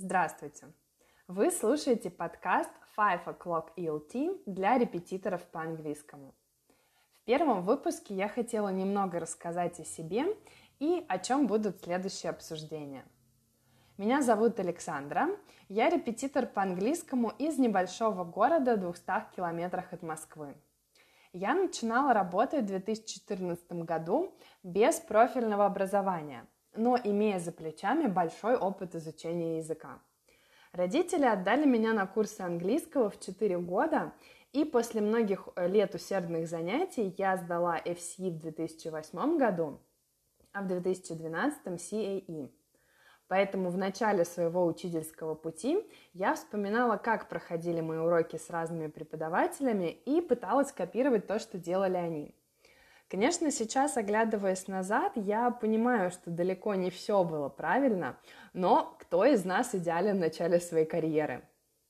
Здравствуйте! Вы слушаете подкаст 5 O'Clock ELT для репетиторов по английскому. В первом выпуске я хотела немного рассказать о себе и о чем будут следующие обсуждения. Меня зовут Александра, я репетитор по английскому из небольшого города в 200 километрах от Москвы. Я начинала работать в 2014 году без профильного образования, но имея за плечами большой опыт изучения языка. Родители отдали меня на курсы английского в 4 года, и после многих лет усердных занятий я сдала FCE в 2008 году, а в 2012 CAE. Поэтому в начале своего учительского пути я вспоминала, как проходили мои уроки с разными преподавателями и пыталась копировать то, что делали они. Конечно, сейчас, оглядываясь назад, я понимаю, что далеко не все было правильно, но кто из нас идеален в начале своей карьеры?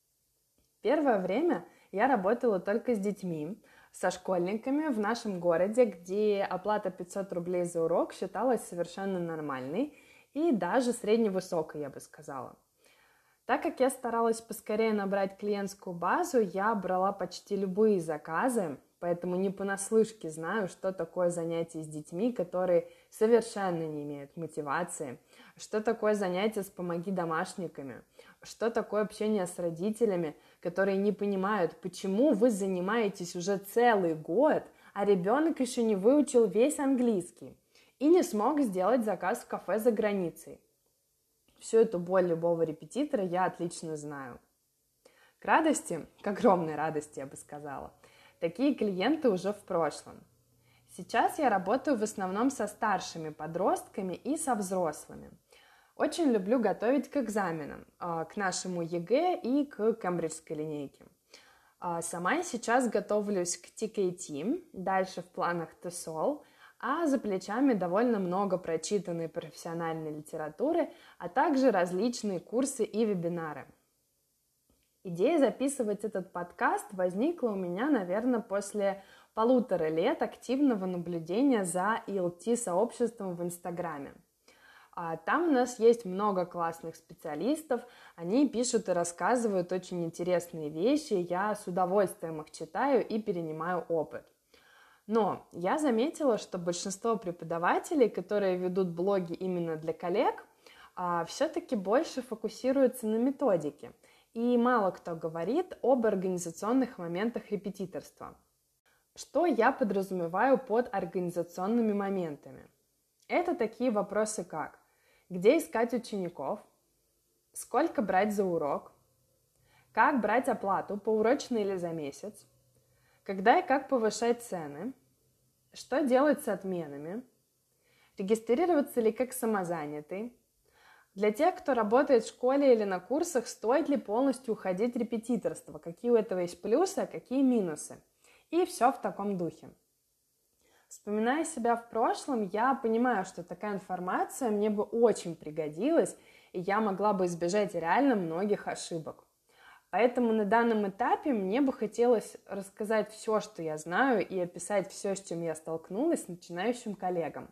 Первое время я работала только с детьми, со школьниками в нашем городе, где оплата 500 рублей за урок считалась совершенно нормальной и даже средневысокой, я бы сказала. Так как я старалась поскорее набрать клиентскую базу, я брала почти любые заказы, поэтому не понаслышке знаю, что такое занятие с детьми, которые совершенно не имеют мотивации, что такое занятие с «помоги домашниками», что такое общение с родителями, которые не понимают, почему вы занимаетесь уже целый год, а ребенок еще не выучил весь английский и не смог сделать заказ в кафе за границей. Всю эту боль любого репетитора я отлично знаю. К радости, к огромной радости, я бы сказала, такие клиенты уже в прошлом. Сейчас я работаю в основном со старшими подростками и со взрослыми. Очень люблю готовить к экзаменам, к нашему ЕГЭ и к кембриджской линейке. Сама я сейчас готовлюсь к TKT, дальше в планах TESOL, а за плечами довольно много прочитанной профессиональной литературы, а также различные курсы и вебинары. Идея записывать этот подкаст возникла у меня, наверное, после 1,5 лет активного наблюдения за ELT-сообществом в Инстаграме. Там у нас есть много классных специалистов, они пишут и рассказывают очень интересные вещи, я с удовольствием их читаю и перенимаю опыт. Но я заметила, что большинство преподавателей, которые ведут блоги именно для коллег, все-таки больше фокусируются на методике. И мало кто говорит об организационных моментах репетиторства. Что я подразумеваю под организационными моментами? Это такие вопросы как: где искать учеников, сколько брать за урок, как брать оплату, поурочно или за месяц, когда и как повышать цены, что делать с отменами, регистрироваться ли как самозанятый. Для тех, кто работает в школе или на курсах, стоит ли полностью уходить в репетиторство, какие у этого есть плюсы, а какие минусы. И все в таком духе. Вспоминая себя в прошлом, я понимаю, что такая информация мне бы очень пригодилась, и я могла бы избежать реально многих ошибок. Поэтому на данном этапе мне бы хотелось рассказать все, что я знаю, и описать все, с чем я столкнулась, начинающим коллегам.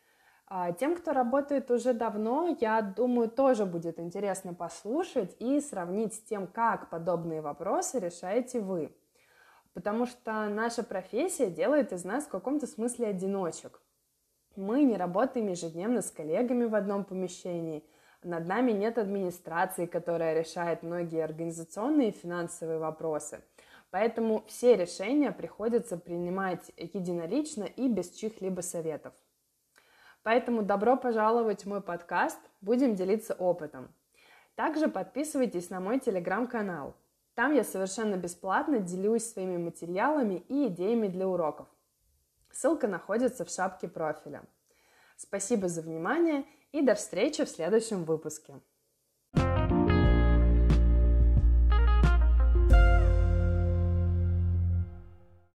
Тем, кто работает уже давно, я думаю, тоже будет интересно послушать и сравнить с тем, как подобные вопросы решаете вы. Потому что наша профессия делает из нас в каком-то смысле одиночек. Мы не работаем ежедневно с коллегами в одном помещении, над нами нет администрации, которая решает многие организационные и финансовые вопросы. Поэтому все решения приходится принимать единолично и без чьих-либо советов. Поэтому добро пожаловать в мой подкаст, будем делиться опытом. Также подписывайтесь на мой телеграм-канал. Там я совершенно бесплатно делюсь своими материалами и идеями для уроков. Ссылка находится в шапке профиля. Спасибо за внимание и до встречи в следующем выпуске.